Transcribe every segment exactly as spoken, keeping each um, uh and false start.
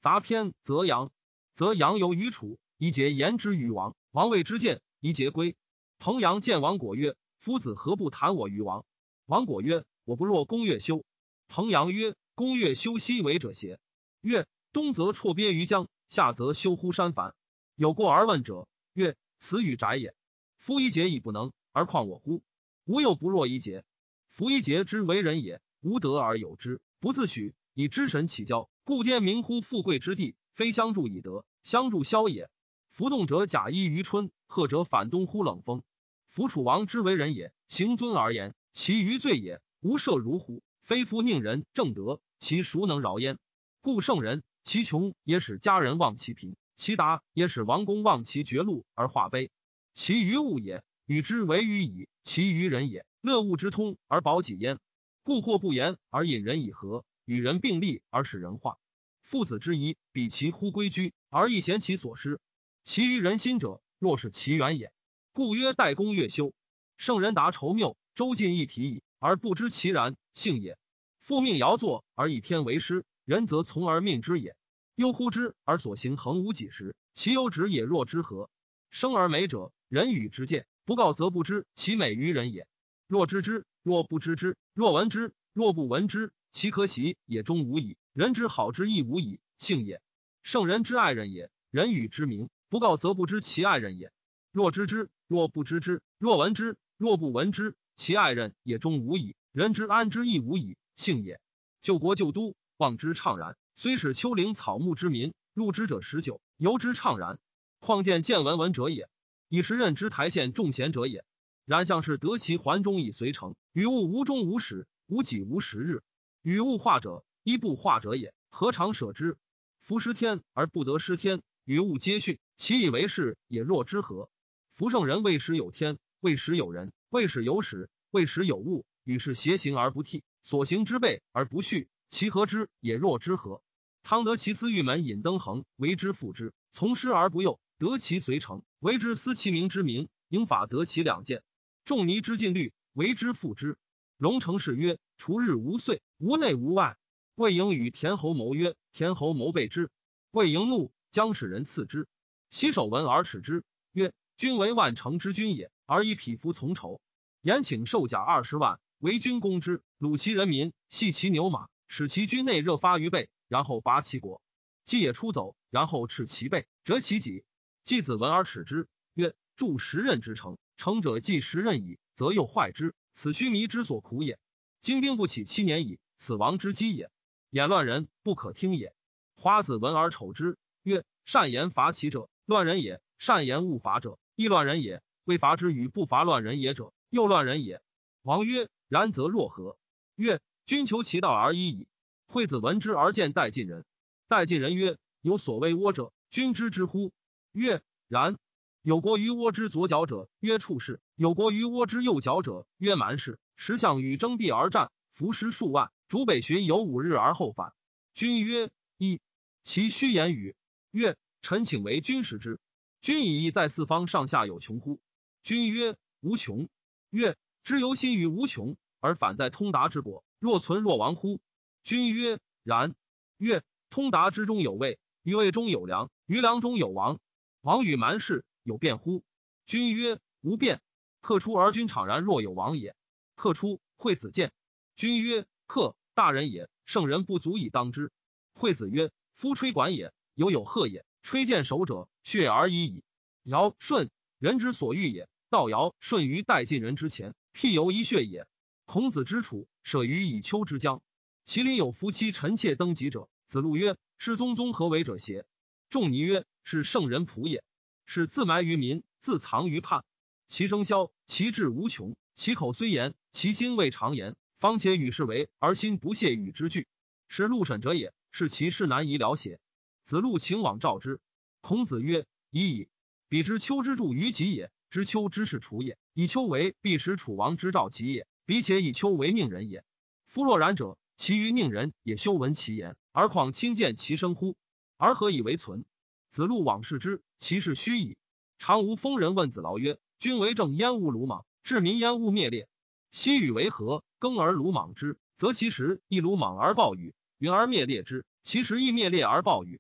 杂篇则阳，则阳由于楚，一节言之于王，王谓之见，一节归。彭阳见王果曰：夫子何不谈我于王？王果曰：我不若公越修。彭阳曰：公越修西为者邪？曰：东则辍鳖于江，下则修乎山樊。有过而问者，曰：此与宅也。夫一节亦不能，而况我乎？吾又不若一节。夫一节之为人也，无德而有之，不自诩，以知神起交，故颠名乎富贵之地，非相助以德，相助消也。夫动者假衣于春，贺者反冬乎冷风。夫楚王之为人也，行尊而言，其余罪也，无赦如乎？非夫宁人正德，其孰能饶焉？故圣人，其穷也使家人忘其贫，其达也使王公忘其绝路而化悲。其余物也，与之为与矣；其余人也，乐物之通而保己焉。故或不言而引人以和，与人并立而使人化。父子之谊，比其乎规矩，而亦嫌其所失。其余人心者，若是其源也。故曰代公越修。圣人达筹谬，周尽一体矣，而不知其然，性也。复命尧作而以天为师，人则从而命之也。忧乎之而所行恒无几时，其忧止也若之何？生而美者，人与之见，不告则不知其美于人也。若知之，若不知之，若闻之，若不闻之，其可喜也终无矣。人之好之亦无矣，性也。圣人之爱人也，人与之名，不告则不知其爱人也。若知之，若不知之，若闻之，若不闻之，其爱人也终无矣。人之安之亦无矣，性也。救国救都，望之怅然，虽使丘陵草木之民，入之者十九，由之怅然。况见见闻闻者也，以时任之台县众贤者也。然相是得其环中以随成，与物无终无始，无己无时日。与物化者，一不化者也，何尝舍之？夫失天而不得失天，与物皆逊，其以为是也若之何？夫圣人未始有天，未始有人，未始有始，未始有物，与是邪行而不替，所行之备而不恤，其何之也若之何？汤得其思玉门引登衡，为之复之，从师而不诱，得其随成，为之思其名之名，应法得其两见。仲尼之尽律，为之复之。龙城氏曰：除日无岁，无内无外。魏婴与田侯谋曰：田侯谋备之。魏婴怒，将使人刺之。西首闻而耻之，曰：君为万城之君也，而以匹夫从仇。言请授甲二十万，为君攻之，虏其人民，系其牛马，使其军内热发于背，然后拔其国。既也出走，然后赤其背，折其己。季子闻而耻之，曰：筑十仞之城，成者既十仞矣，则又坏之，此须弥之所苦也。今兵不起七年矣，此亡之机也。言乱人，不可听也。花子闻而丑之，曰：善言伐其者，乱人也；善言勿伐者，亦乱人也。未伐之与不伐乱人也者，又乱人也。王曰：然则若何？曰：君求其道而已矣。惠子闻之而见代晋人。代晋人曰：有所谓倭者，君知之乎？曰：然。有国于倭之左脚者，曰处士；有国于倭之右脚者，曰蛮士。十项羽争地而战，伏尸数万，逐北巡游五日而后返。君曰：一。其虚言语。曰：臣请为君使之。君以义在四方上下有穷乎？君曰：无穷。曰：知由心于无穷，而反在通达之国，若存若亡乎？君曰：然。曰：通达之中有位，于位中有良，于良中有王。王与蛮士有变乎？君曰：无变。克出而君怅然若有王也。克出，惠子见。君曰：克，大人也，圣人不足以当之。惠子曰：夫吹管也，犹有贺也。吹剑手者，血而已矣。尧舜，人之所欲也。道尧舜于代晋人之前，辟犹一血也。孔子之楚，舍于以丘之疆。其邻有夫妻臣妾登极者，子路曰：是宗宗何为者邪？仲尼曰：是圣人仆也。是自埋于民，自藏于叛。其声消，其志无穷，其口虽言，其心未尝言，方且与世为而心不屑与之俱。是陆沈者也，是其事难以了邪？子路请往召之。孔子曰：已矣。彼之丘之助于己也，知丘之事楚也，以丘为必使楚王之召己也，彼且以丘为佞人也。夫若然者，其余佞人也修闻其言，而况亲见其声乎？而何以为存？子路往视之，其事虚矣。常无疯人问子劳曰：君为政焉勿鲁莽，治民焉勿灭裂？西与为何？耕而鲁莽之，则其时亦鲁莽而暴雨；云而灭裂之，其时亦灭裂而暴雨。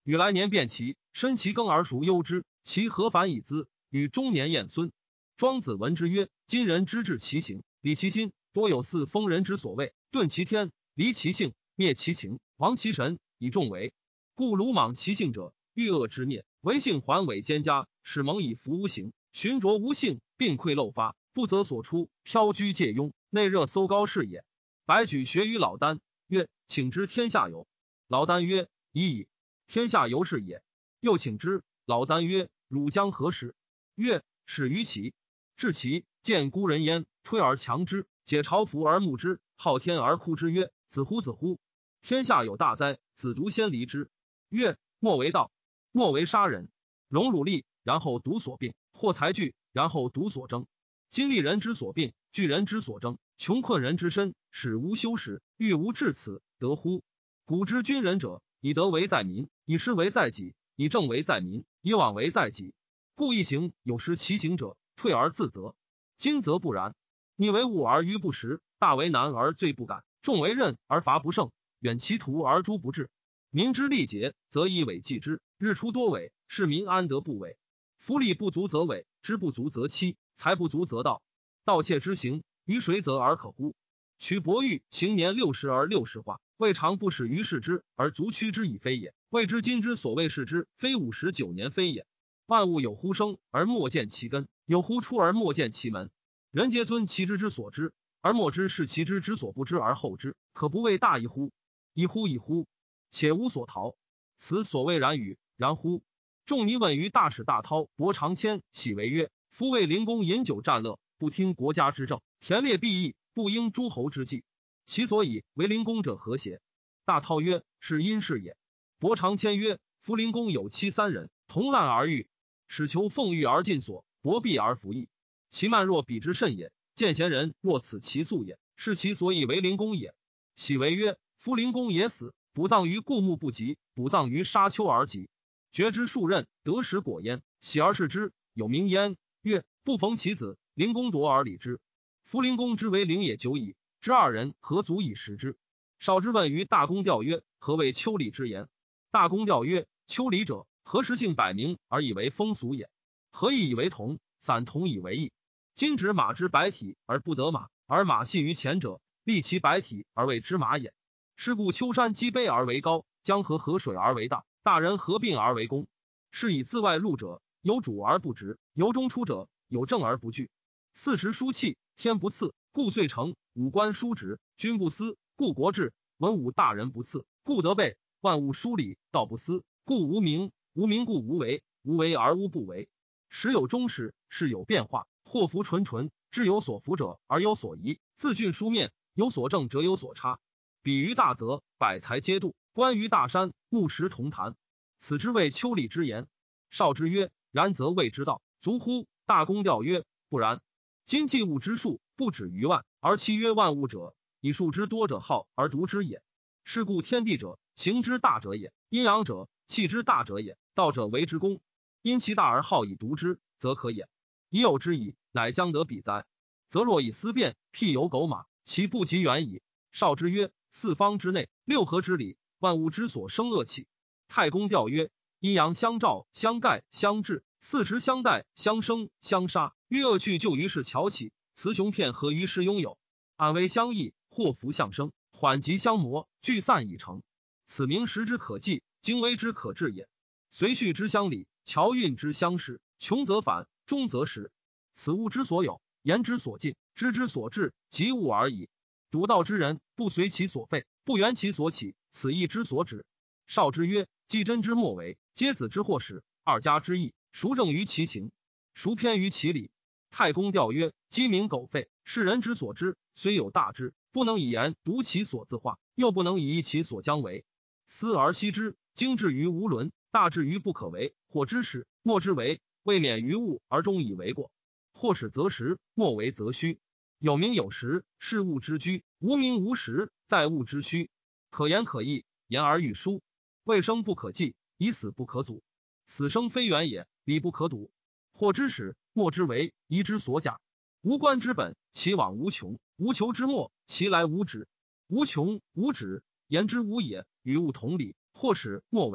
与来年变其，申其庚而属忧之，其何反以资？与中年晏孙。庄子闻之曰：今人之治其行，理其心，多有似疯人之所谓，顿其天，离其性，灭其情，亡其神，以众为。故鲁莽其性者，欲恶之灭，为性环伪兼加，使蒙以服无形，寻着无性，并溃漏发，不择所出，飘居介庸，内热搜高是也。白举学于老聃，曰：请之天下游。老聃曰：已矣，天下游是也。又请之，老聃曰：汝将何时？曰：始于齐。至齐，见孤人焉，推而强之，解朝服而牧之，昊天而哭之曰：子乎子乎！天下有大灾，子独先离之。曰：莫为道，莫为杀人。荣辱利，然后独所病；获财具，然后独所争。今利人之所病，巨人之所争，穷困人之身，使无休时，欲无至此，得乎？古之君人者，以德为在民，以失为在己，以正为在民，以枉为在己。故一行有失其行者，退而自责。今则不然，你为物而愚不实，大为难而罪不改，众为任而罚不胜，远其徒而诛不至。民之力竭，则以伪计之，日出多伪，是民安得不伪？夫力不足则伪，知不足则欺，财不足则盗。盗窃之行，于谁则而可乎？取伯玉行年六十而六十化，未尝不使于世之而足趋之以非也。谓之今之所谓是之，非五十九年非也。万物有乎生而莫见其根，有乎出而莫见其门。人皆尊其知之所知，而莫知是其知之所不知而后知，可不谓大矣乎？一乎一乎！且无所逃。此所谓然与，然乎？仲尼问于大使大韬伯长谦，喜为曰：夫为灵公饮酒战乐，不听国家之政，田猎必义，不应诸侯之计，其所以为灵公者何邪？大韬曰：是因是也。伯长谦曰：夫灵公有妻三人，同烂而育，使求奉育而尽所，薄避而服役。其慢若彼之甚也，见贤人若此其速也，是其所以为灵公也。喜为曰：夫灵公也死，补葬于故墓不及，补葬于沙丘而及。绝之数任，得食果焉。喜而视之，有名焉。曰：不逢其子，灵公夺而礼之。夫灵公之为灵也久矣，之二人何足以食之？少之问于大公调曰：何谓丘礼之言？大公调曰：丘礼者，何时性摆明而以为风俗也？何以以为同？散同以为义。今指马之百体而不得马，而马系于前者，立其百体而谓之马也。是故丘山积卑而为高，江河河水而为大，大人合并而为公。是以自外入者，有主而不直；由中出者，有正而不惧。四时书气，天不赐，故岁成；五官叔直，君不思，故国治；文武大人不赐，故德备；万物疏礼，道不思，故无名；无名故无为，无为而无不为。时有终始，事有变化，祸福纯纯，知有所福者而有所疑，自峻书面，有所正者有所差。比于大泽，百财皆度；观于大山，木石同谈。此之谓丘礼之言。少之曰：然则谓之道，足乎？大公调曰：不然。今济物之数不止于万，而其曰万物者，以数之多者好而独之也。是故天地者，行之大者也；阴阳者，气之大者也。道者为之公，因其大而好以独之，则可也。已有之矣，乃将得比哉？则若以思辨，譬有狗马，其不及远矣。少之曰：四方之内，六合之理，万物之所生恶气。太公调曰：阴阳相照，相盖，相制；四时相待，相生，相杀。欲恶去就于是巧起，雌雄片合于是拥有。安危相异，祸福相生，缓急相磨，聚散已成。此名时之可计，精微之可治也。随序之相理，巧运之相适，穷则反，终则实。此物之所有，言之所尽，知之所至，即物而已。独道之人，不随其所废，不圆其所起，此义之所止。少之曰：既真之莫为，皆子之祸始。二家之义，孰正于其情？孰偏于其理？太公调曰：鸡鸣狗吠，是人之所知，虽有大知，不能以言读其所自化，又不能以议其所将为。思而息之，精至于无伦，大至于不可为。或知始，莫之为，未免于物而终以为过。或始则实，莫为则虚。有名有实，是物之居；无名无实，在物之虚。可言可议，言而欲书。未生不可计，以死不可阻。死生非远也，理不可睹。或知始，莫之为，宜之所假。无关之本，其往无穷；无求之末，其来无止。无穷无止，言之无也，与物同理。或始莫为，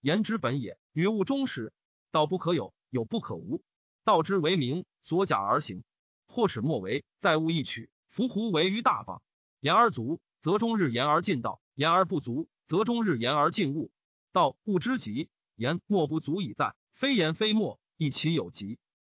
言之本也，与物终始。道不可有，有不可无。道之为名，所假而行。或始莫为，在物一取，夫胡为于大邦？言而足，则终日言而尽道；言而不足，则终日言而尽物。道物之极，言莫不足以在，非言非莫，亦其有极。